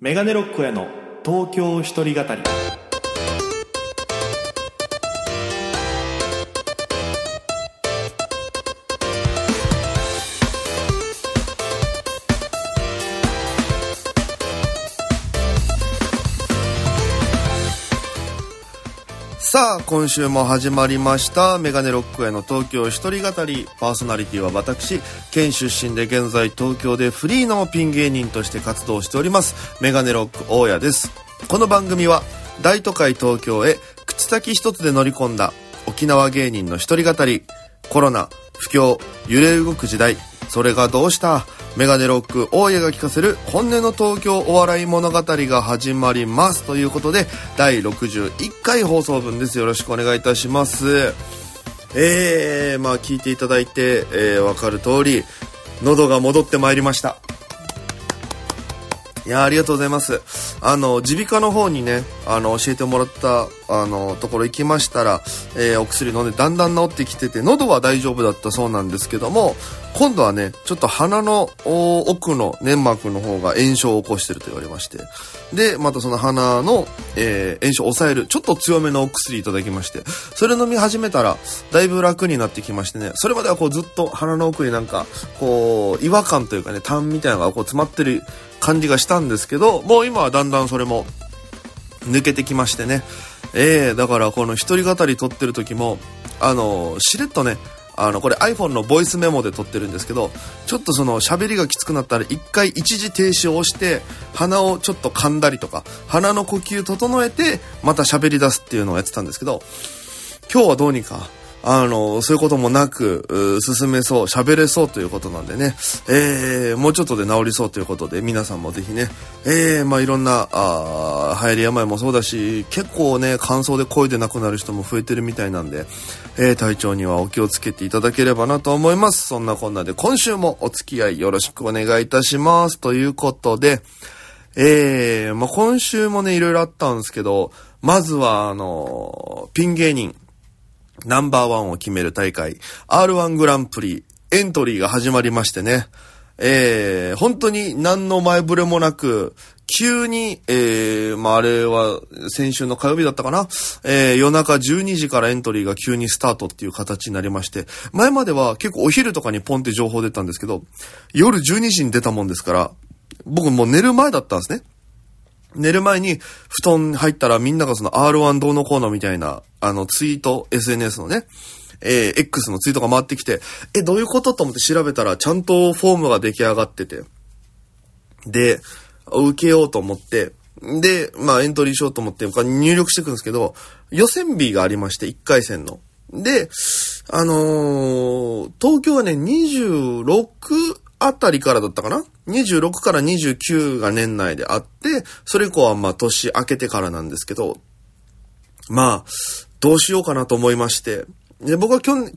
メガネロックへの東京一人語り。 さあ今週も始まりましたメガネロックへの東京一人語り。パーソナリティは私、県出身で現在東京でフリーのピン芸人として活動しておりますメガネロック大家です。この番組は大都会東京へ口先一つで乗り込んだ沖縄芸人の一人語り。コロナ、不況、揺れ動く時代、それがどうした、メガネロック大家が聞かせる本音の東京お笑い物語が始まりますということで、第61回放送分です。よろしくお願いいたします。聞いていただいて、わかる通り喉が戻ってまいりました。いや、ありがとうございます。耳鼻科の方にね、教えてもらったところ行きましたら、お薬飲んでだんだん治ってきてて、喉は大丈夫だったそうなんですけども、今度はね、ちょっと鼻の奥の粘膜の方が炎症を起こしてると言われまして、でまたその鼻の、炎症を抑えるちょっと強めのお薬いただきまして、それ飲み始めたらだいぶ楽になってきましてね。それまではこうずっと鼻の奥になんかこう違和感というかね、痰みたいなのがこう詰まってる感じがしたんですけど、もう今はだんだんそれも抜けてきましてね。だからこの一人語り撮ってる時もしれっとね、これ iPhone のボイスメモで撮ってるんですけど、ちょっとその喋りがきつくなったら一回一時停止を押して鼻をちょっと噛んだりとか、鼻の呼吸整えてまた喋り出すっていうのをやってたんですけど、今日はどうにかそういうこともなく進めそう、喋れそうということなんでね、もうちょっとで治りそうということで、皆さんもぜひね、いろんな流行り病もそうだし、結構ね乾燥で声で亡くなる人も増えてるみたいなんで、体調にはお気をつけていただければなと思います。そんなこんなで今週もお付き合いよろしくお願いいたしますということで、今週もねいろいろあったんですけど、まずはピン芸人ナンバーワンを決める大会 R1 グランプリエントリーが始まりましてね、本当に何の前触れもなく急に、あれは先週の火曜日だったかな、夜中12時からエントリーが急にスタートっていう形になりまして、前までは結構お昼とかにポンって情報出たんですけど、夜12時に出たもんですから、僕もう寝る前だったんですね。寝る前に布団入ったらみんながその R1 どうのこうのみたいなツイート、 SNS のね、X のツイートが回ってきて、どういうことと思って調べたらちゃんとフォームが出来上がってて、で受けようと思って、でエントリーしようと思って入力していくんですけど、予選日がありまして、1回戦ので東京はね26あたりからだったかな、26から29が年内であって、それ以降は年明けてからなんですけど、どうしようかなと思いまして、で僕は去年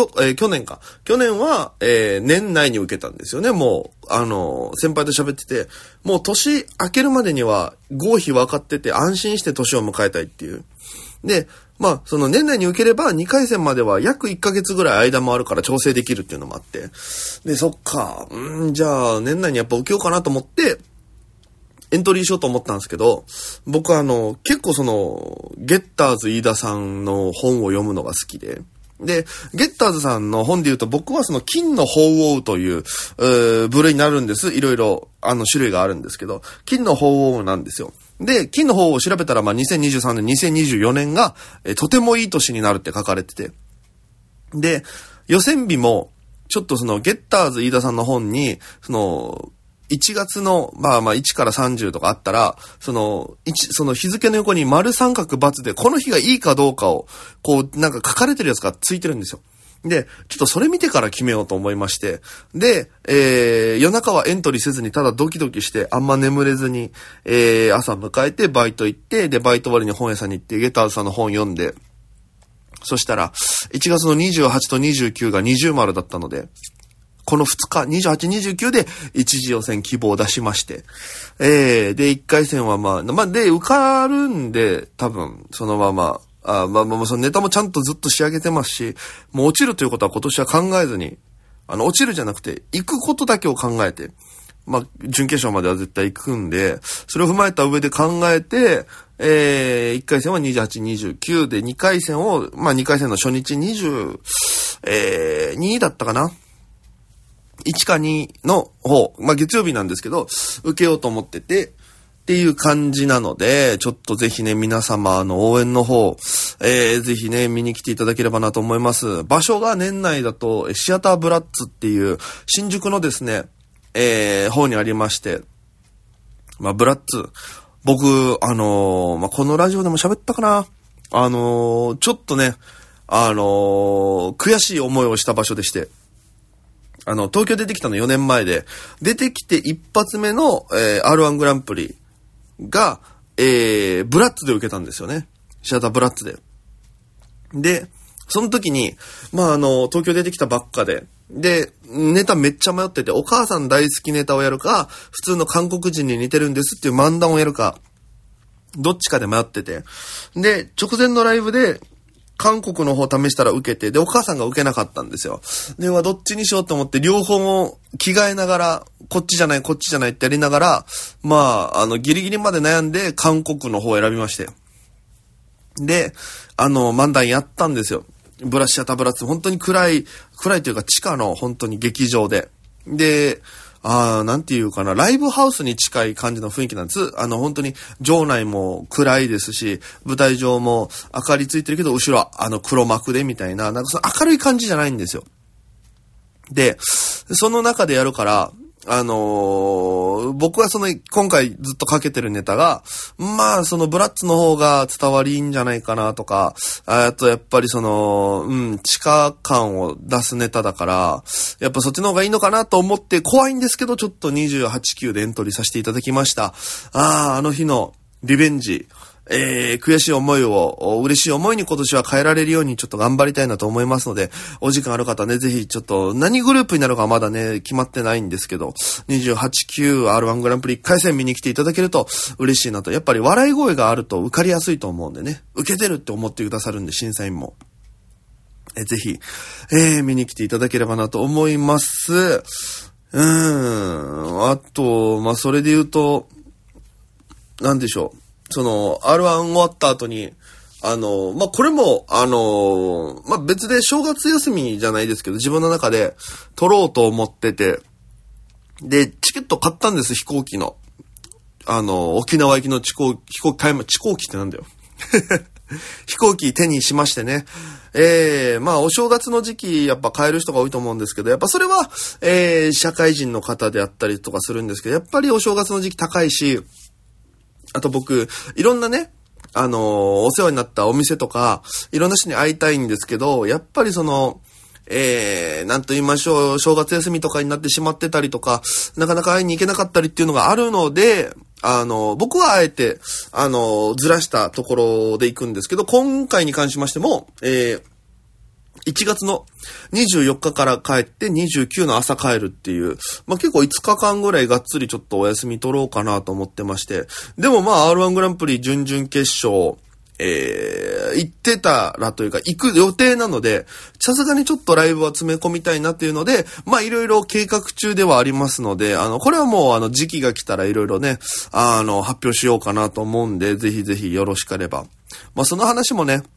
は、年内に受けたんですよね。もう先輩と喋ってて、もう年明けるまでには合否分かってて安心して年を迎えたいっていう。でその年内に受ければ2回戦までは約1ヶ月ぐらい間もあるから調整できるっていうのもあって、でそっか、じゃあ年内にやっぱ受けようかなと思ってエントリーしようと思ったんですけど、僕は結構そのゲッターズ飯田さんの本を読むのが好きで、ゲッターズさんの本で言うと、僕はその金の鳳凰という部類になるんです。いろいろ種類があるんですけど、金の鳳凰なんですよ。で金の鳳凰を調べたら2023年2024年がとてもいい年になるって書かれてて、で予選日もちょっとそのゲッターズ飯田さんの本にその1月の1から30とかあったら、その日付の横に丸三角×でこの日がいいかどうかをこうなんか書かれてるやつがついてるんですよ。でちょっとそれ見てから決めようと思いまして、で、夜中はエントリーせずにただドキドキしてあんま眠れずに、朝迎えてバイト行って、でバイト終わりに本屋さんに行ってゲッターズさんの本読んで、そしたら1月の28と29が20丸だったので、この2日28、29で一次予選希望を出しまして、で1回戦はで受かるんで、多分そのままそのネタもちゃんとずっと仕上げてますし、もう落ちるということは今年は考えずに、落ちるじゃなくて行くことだけを考えて準決勝までは絶対行くんで、それを踏まえた上で考えて、1回戦は28、29で、2回戦を、2回戦の初日22だったかな ?1 か2の方、月曜日なんですけど、受けようと思ってて、っていう感じなので、ちょっとぜひね、皆様応援の方、ぜひね、見に来ていただければなと思います。場所が年内だと、シアターブラッツっていう、新宿のですね、方にありまして、ブラッツ、僕、このラジオでも喋ったかな、ちょっとね、悔しい思いをした場所でして、東京出てきたの4年前で、出てきて一発目の、R1 グランプリが、ブラッツで受けたんですよね。シアターブラッツで。で、その時に、東京出てきたばっかで、ネタめっちゃ迷ってて、お母さん大好きネタをやるか、普通の韓国人に似てるんですっていう漫談をやるか、どっちかで迷ってて。で、直前のライブで、韓国の方試したら受けて、で、お母さんが受けなかったんですよ。で、どっちにしようと思って、両方も着替えながら、こっちじゃない、こっちじゃないってやりながら、ギリギリまで悩んで、韓国の方を選びまして。で、漫談やったんですよ。シアターブラッツ、本当に暗いというか地下の本当に劇場で。で、なんていうかな、ライブハウスに近い感じの雰囲気なんです。本当に場内も暗いですし、舞台上も明かりついてるけど、後ろは黒幕でみたいな、なんかその明るい感じじゃないんですよ。で、その中でやるから、僕は今回ずっとかけてるネタが、そのブラッツの方が伝わりいいんじゃないかなとか、あとやっぱり地下感を出すネタだから、やっぱそっちの方がいいのかなと思って怖いんですけど、ちょっと28級でエントリーさせていただきました。あの日のリベンジ。悔しい思いを嬉しい思いに今年は変えられるようにちょっと頑張りたいなと思いますので、お時間ある方ね、ぜひちょっと何グループになるかまだね、決まってないんですけど、28級 R1 グランプリ1回戦見に来ていただけると嬉しいなと。やっぱり笑い声があると受かりやすいと思うんでね、受けてるって思ってくださるんで、審査員も。ぜひ、見に来ていただければなと思います。あと、それで言うと、なんでしょう。R1 終わった後に、これも、別で正月休みじゃないですけど、自分の中で撮ろうと思ってて、で、チケット買ったんです、飛行機の。沖縄行きの飛行機ってなんだよ。飛行機手にしましてね。お正月の時期、やっぱ買える人が多いと思うんですけど、やっぱそれは、社会人の方であったりとかするんですけど、やっぱりお正月の時期高いし、あと僕、いろんなね、お世話になったお店とか、いろんな人に会いたいんですけど、やっぱりなんと言いましょう、正月休みとかになってしまってたりとか、なかなか会いに行けなかったりっていうのがあるので、僕はあえて、ずらしたところで行くんですけど、今回に関しましても、1月の24日から帰って29の朝帰るっていう、結構5日間ぐらいがっつりちょっとお休み取ろうかなと思ってまして、でもR1 グランプリ準々決勝、行ってたらというか行く予定なので、さすがにちょっとライブは詰め込みたいなっていうので、いろいろ計画中ではありますので、これはもう時期が来たらいろいろね、発表しようかなと思うんで、ぜひぜひよろしければ。その話もね、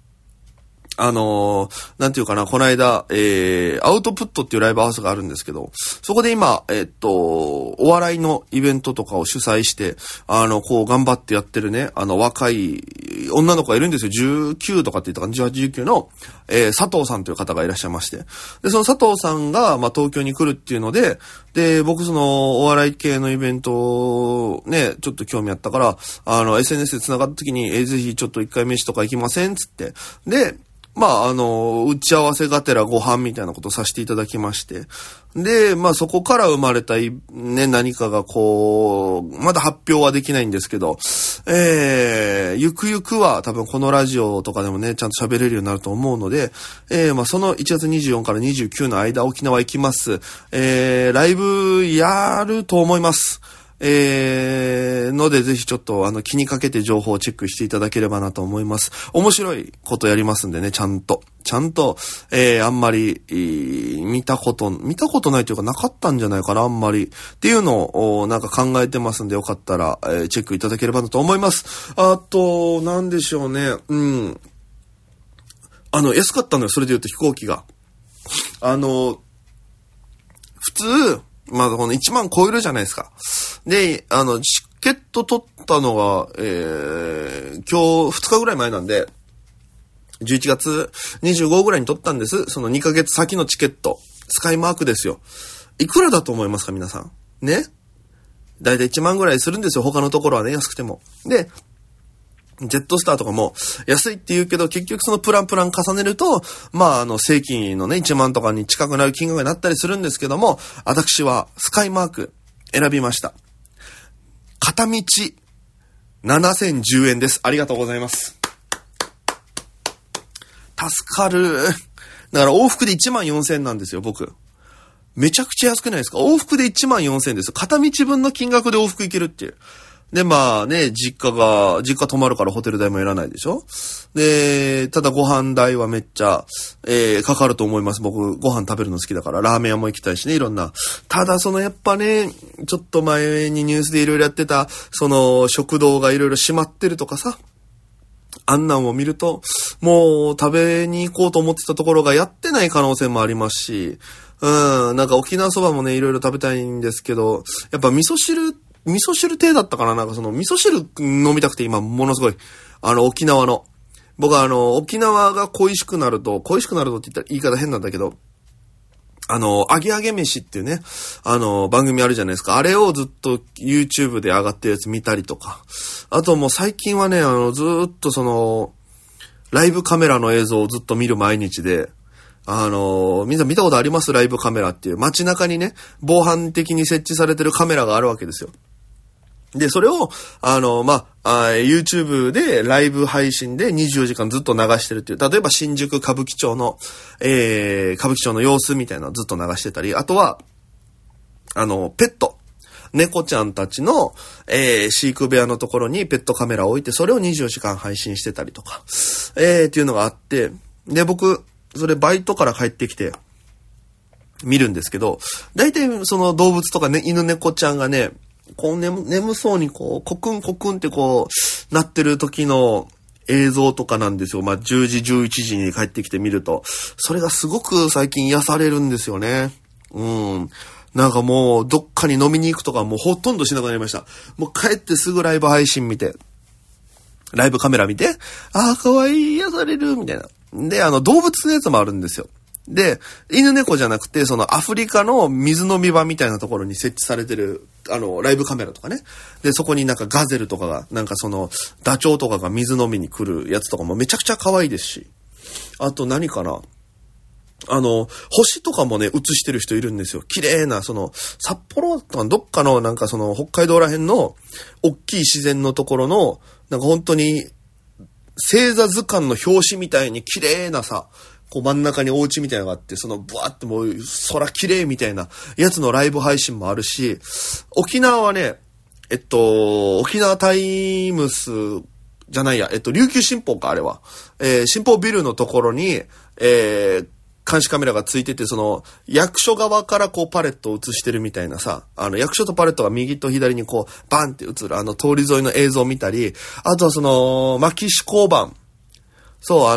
なんていうかな、この間、アウトプットっていうライブハウスがあるんですけど、そこで今、お笑いのイベントとかを主催して、頑張ってやってるね、若い女の子がいるんですよ。19とかって言ったかな、18、19の、佐藤さんという方がいらっしゃいまして。で、その佐藤さんが、東京に来るっていうので、で、僕お笑い系のイベントね、ちょっと興味あったから、SNS で繋がった時に、ぜひちょっと一回飯とか行きませんつって。で、打ち合わせがてらご飯みたいなことをさせていただきまして。で、そこから生まれたね、何かがまだ発表はできないんですけど、ゆくゆくは多分このラジオとかでもね、ちゃんと喋れるようになると思うので、その1月24から29の間、沖縄行きます。ライブやると思います。ので、ぜひちょっと気にかけて情報をチェックしていただければなと思います。面白いことやりますんでね、ちゃんとちゃんと、あんまり、見たことないというかなかったんじゃないかな、あんまり。っていうのを、なんか考えてますんで、よかったら、チェックいただければなと思います。あと、なんでしょうね。安かったのよ、それで言うと飛行機が。普通、まだこの1万超えるじゃないですか。で、チケット取ったのが、今日2日ぐらい前なんで、11月25ぐらいに取ったんです。その2ヶ月先のチケット。スカイマークですよ。いくらだと思いますか、皆さん。ね。だいたい1万ぐらいするんですよ。他のところはね、安くても。で、ジェットスターとかも安いって言うけど、結局そのプラン重ねると、正規のね、1万とかに近くなる金額になったりするんですけども、私はスカイマーク選びました。片道7010円です。ありがとうございます。助かる。だから往復で14,000円なんですよ、僕。めちゃくちゃ安くないですか？往復で14,000円です。片道分の金額で往復行けるっていう。で、実家泊まるからホテル代もいらないでしょ？で、ただご飯代はめっちゃ、かかると思います。僕、ご飯食べるの好きだから、ラーメン屋も行きたいしね、いろんな。ただ、やっぱね、ちょっと前にニュースでいろいろやってた、食堂がいろいろ閉まってるとかさ、あんなんを見ると、もう食べに行こうと思ってたところがやってない可能性もありますし、なんか沖縄そばもね、いろいろ食べたいんですけど、やっぱ味噌汁亭だったかな。なんか味噌汁飲みたくて今ものすごい、沖縄の。僕は沖縄が恋しくなるとって言ったら言い方変なんだけど、揚げ飯っていうね、番組あるじゃないですか。あれをずっと YouTube で上がってるやつ見たりとか。あともう最近はね、ずっとライブカメラの映像をずっと見る毎日で、みんな見たことあります？ライブカメラっていう。街中にね、防犯的に設置されてるカメラがあるわけですよ。で、それを、YouTube でライブ配信で24時間ずっと流してるっていう。例えば新宿歌舞伎町の、様子みたいなのをずっと流してたり、あとは、ペット。猫ちゃんたちの、飼育部屋のところにペットカメラを置いて、それを24時間配信してたりとか、っていうのがあって、で、僕、それバイトから帰ってきて、見るんですけど、大体その動物とかね、犬猫ちゃんがね、こう眠そうにこう、コクンコクンってこう、なってる時の映像とかなんですよ。10時、11時に帰ってきて見ると。それがすごく最近癒されるんですよね。なんかもう、どっかに飲みに行くとかもうほとんどしなくなりました。もう帰ってすぐライブ配信見て、ライブカメラ見て、かわいい、癒される、みたいな。で、動物のやつもあるんですよ。で、犬猫じゃなくて、アフリカの水飲み場みたいなところに設置されてる、ライブカメラとかね。で、そこになんかガゼルとかが、なんかダチョウとかが水飲みに来るやつとかもめちゃくちゃ可愛いですし。あと何かな？星とかもね、映してる人いるんですよ。綺麗な、札幌とかどっかの、なんか北海道ら辺の、大きい自然のところの、なんか本当に、星座図鑑の表紙みたいに綺麗なさ、こう真ん中にお家みたいなのがあって、ブワーってもう空綺麗みたいなやつのライブ配信もあるし、沖縄はね、沖縄タイムスじゃないや、琉球新報か、あれは。新報ビルのところに、監視カメラがついてて、役所側からこうパレットを映してるみたいなさ、役所とパレットが右と左にこう、バンって映る通り沿いの映像を見たり、あとは牧師交番。そう、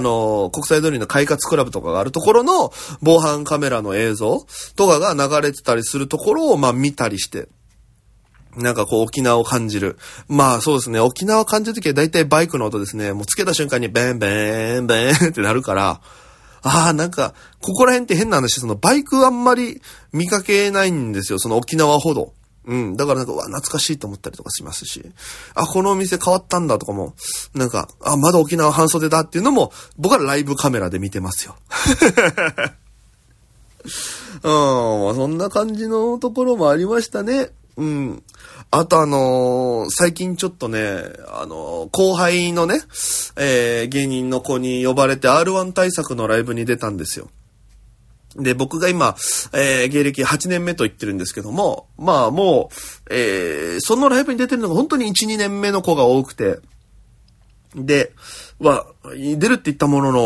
国際通りの快活クラブとかがあるところの防犯カメラの映像とかが流れてたりするところを、見たりして、なんかこう沖縄を感じる。そうですね、沖縄を感じるときは大体バイクの音ですね。もうつけた瞬間にベンベンベンってなるから、なんか、ここら辺って変な話、バイクあんまり見かけないんですよ、沖縄ほど。だからなんか、懐かしいと思ったりとかしますし、このお店変わったんだとかも、なんか、まだ沖縄半袖だっていうのも、僕はライブカメラで見てますよ。そんな感じのところもありましたね。あと最近ちょっとね、後輩のね、芸人の子に呼ばれて R1 対策のライブに出たんですよ。で、僕が今、芸歴8年目と言ってるんですけども、もう、そのライブに出てるのが本当に1、2年目の子が多くて、で、出るって言ったものの、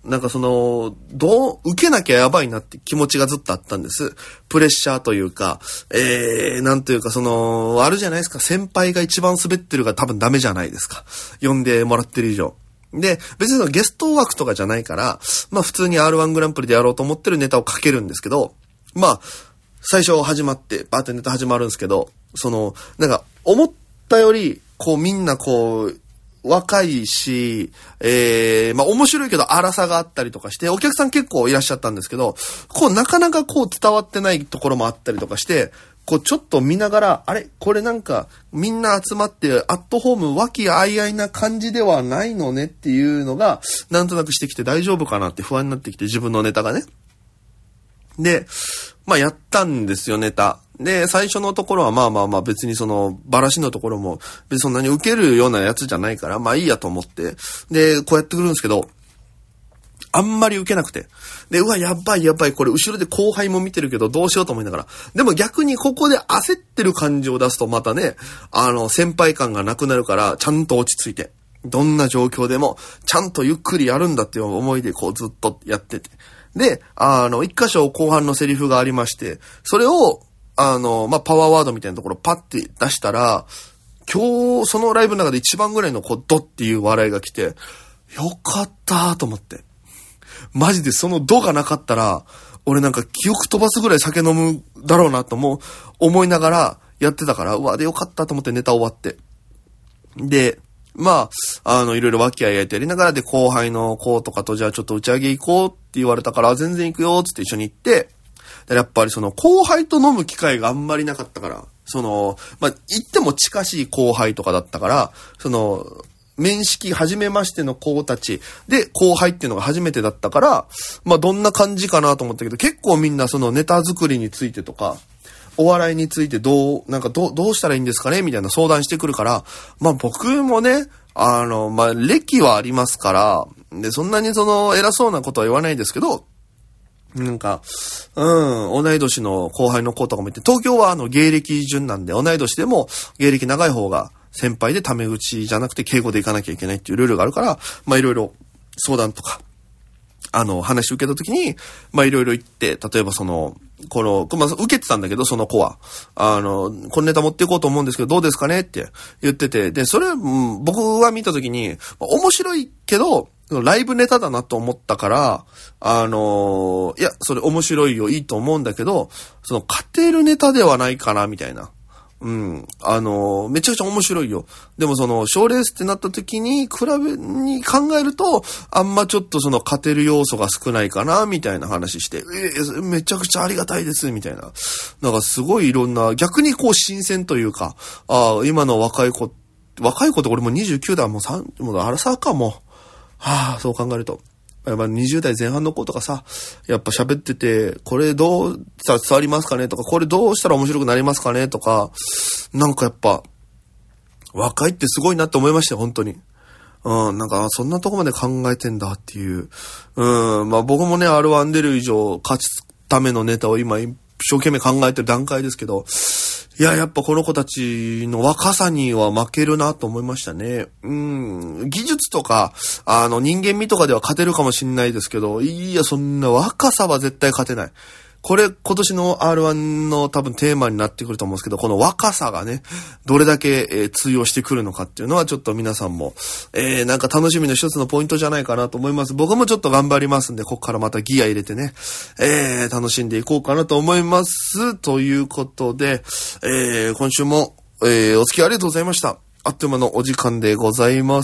なんか受けなきゃやばいなって気持ちがずっとあったんです。プレッシャーというか、なんというかあるじゃないですか。先輩が一番滑ってるが多分ダメじゃないですか。呼んでもらってる以上。で、別にゲスト枠とかじゃないから、まあ普通に R1 グランプリでやろうと思ってるネタを書けるんですけど、まあ、最初始まって、バーってネタ始まるんですけど、なんか、思ったより、みんな若いし、まあ面白いけど荒さがあったりとかして、お客さん結構いらっしゃったんですけど、なかなか伝わってないところもあったりとかして、ちょっと見ながら、あれこれなんか、みんな集まって、アットホーム、和気あいあいな感じではないのねっていうのが、なんとなくしてきて大丈夫かなって不安になってきて、自分のネタがね。で、まあやったんですよ、ネタ。で、最初のところはまあ別にバラシのところも別にそんなに受けるようなやつじゃないから、まあいいやと思って。で、こうやってくるんですけど、あんまり受けなくて。で、うわ、やばい、これ後ろで後輩も見てるけどどうしようと思いながら。でも逆にここで焦ってる感じを出すとまたね、先輩感がなくなるから、ちゃんと落ち着いて。どんな状況でも、ちゃんとゆっくりやるんだっていう思いでずっとやってて。で、一箇所後半のセリフがありまして、それを、まあ、パワーワードみたいなところパッて出したら、今日、そのライブの中で一番ぐらいのドっていう笑いが来て、よかったと思って。マジでそのドがなかったら、俺なんか記憶飛ばすぐらい酒飲むだろうなと思いながらやってたから、うわ、でよかったと思ってネタ終わって。で、まあ、いろいろ和気あいあいとやりながらで、後輩の子とかとじゃあちょっと打ち上げ行こうって言われたから、全然行くよ、つって一緒に行って、やっぱり後輩と飲む機会があんまりなかったから、まあ、行っても近しい後輩とかだったから、面識初めましての子たちで後輩っていうのが初めてだったから、まあ、どんな感じかなと思ったけど、結構みんなネタ作りについてとか、お笑いについてどうしたらいいんですかねみたいな相談してくるから、まあ僕もね、まあ歴はありますから、で、そんなに偉そうなことは言わないですけど、なんか、同い年の後輩の子とかもいて、東京は芸歴順なんで、同い年でも芸歴長い方が先輩でタメ口じゃなくて敬語で行かなきゃいけないっていうルールがあるから、まあいろいろ相談とか、話受けたときに、まあいろいろ言って、例えばまあ、受けてたんだけど、その子は。このネタ持っていこうと思うんですけど、どうですかねって言ってて、で、それ、僕は見たときに、面白いけど、ライブネタだなと思ったから、いや、それ面白いよ、いいと思うんだけど、勝てるネタではないかな、みたいな。めちゃくちゃ面白いよ。でも賞レースってなった時に考えると、あんまちょっと勝てる要素が少ないかな、みたいな話して、めちゃくちゃありがたいです、みたいな。なんかすごいいろんな、逆に新鮮というか、今の若い子って俺も29だ、もうアラサーかも。そう考えると。20代前半の子とかさ、やっぱ喋ってて、これどうしたら伝わりますかねとか、これどうしたら面白くなりますかねとか、なんかやっぱ、若いってすごいなって思いましたよ、本当に。なんか、そんなとこまで考えてんだっていう。まあ僕もね、R1 出る以上、勝つためのネタを今、一生懸命考えてる段階ですけど、いや、やっぱこの子たちの若さには負けるなと思いましたね。技術とか、人間味とかでは勝てるかもしんないですけど、いや、そんな若さは絶対勝てない。これ、今年の R1 の多分テーマになってくると思うんですけど、この若さがね、どれだけ、通用してくるのかっていうのはちょっと皆さんも、なんか楽しみの一つのポイントじゃないかなと思います。僕もちょっと頑張りますんで、ここからまたギア入れてね、楽しんでいこうかなと思います。ということで、今週も、お付き合いありがとうございました。あっという間のお時間でございます。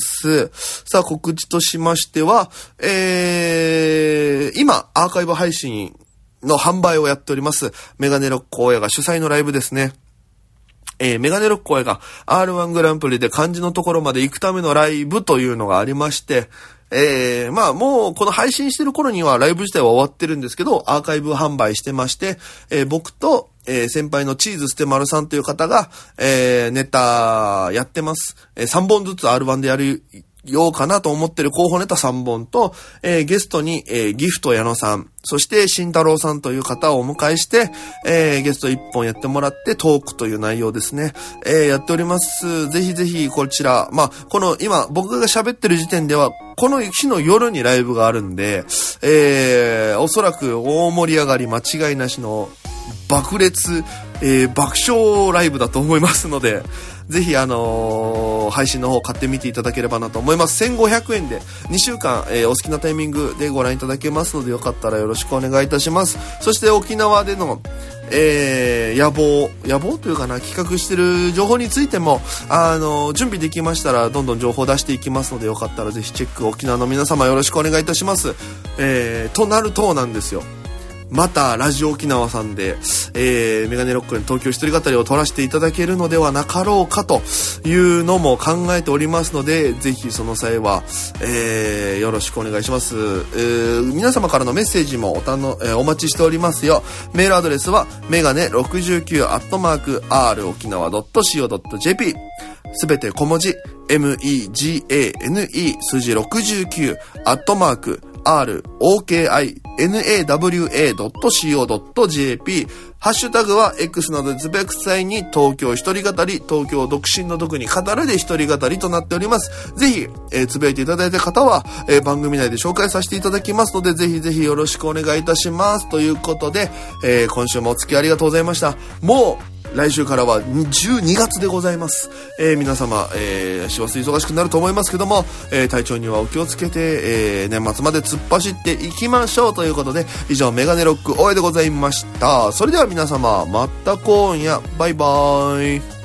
さあ、告知としましては、今、アーカイブ配信の販売をやっております。メガネロック親が主催のライブですね。メガネロック親が R1 グランプリで漢字のところまで行くためのライブというのがありまして、まあもうこの配信してる頃にはライブ自体は終わってるんですけど、アーカイブ販売してまして、僕と、先輩のチーズステマルさんという方が、ネタやってます。3本ずつ R1 でやるようかなと思ってる候補ネタ3本と、ゲストに、ギフト矢野さん、そして慎太郎さんという方をお迎えして、ゲスト1本やってもらってトークという内容ですね。やっております。ぜひぜひこちら、まあ、この今僕が喋ってる時点ではこの日の夜にライブがあるんで、おそらく大盛り上がり間違いなしの爆裂、爆笑ライブだと思いますので、ぜひ配信の方買ってみていただければなと思います。1500円で2週間、お好きなタイミングでご覧いただけますので、よかったらよろしくお願いいたします。そして沖縄での野望というかな、企画してる情報についても準備できましたらどんどん情報出していきますので、よかったらぜひチェック、沖縄の皆様よろしくお願いいたします。となるとなんですよ、またラジオ沖縄さんで、メガネロックの東京一人語りを撮らせていただけるのではなかろうかというのも考えておりますので、ぜひその際は、よろしくお願いします。皆様からのメッセージもお待ちしておりますよ。メールアドレスはメガネ69@r沖縄 .co.jp、 すべて小文字 MEGANE 数字69ROKINAWA.co.jp、 ハッシュタグは X などでつぶやく際に東京一人語り、東京独身の独に語るで一人語りとなっております。ぜひ、つぶやいていただいた方は、番組内で紹介させていただきますので、ぜひぜひよろしくお願いいたしますということで、今週もお付き合いありがとうございました。もう来週からは12月でございます。皆様、師走忙しくなると思いますけども、体調にはお気をつけて、年末まで突っ走っていきましょうということで、以上メガネロック大江でございました。それでは皆様、また今夜、バイバーイ。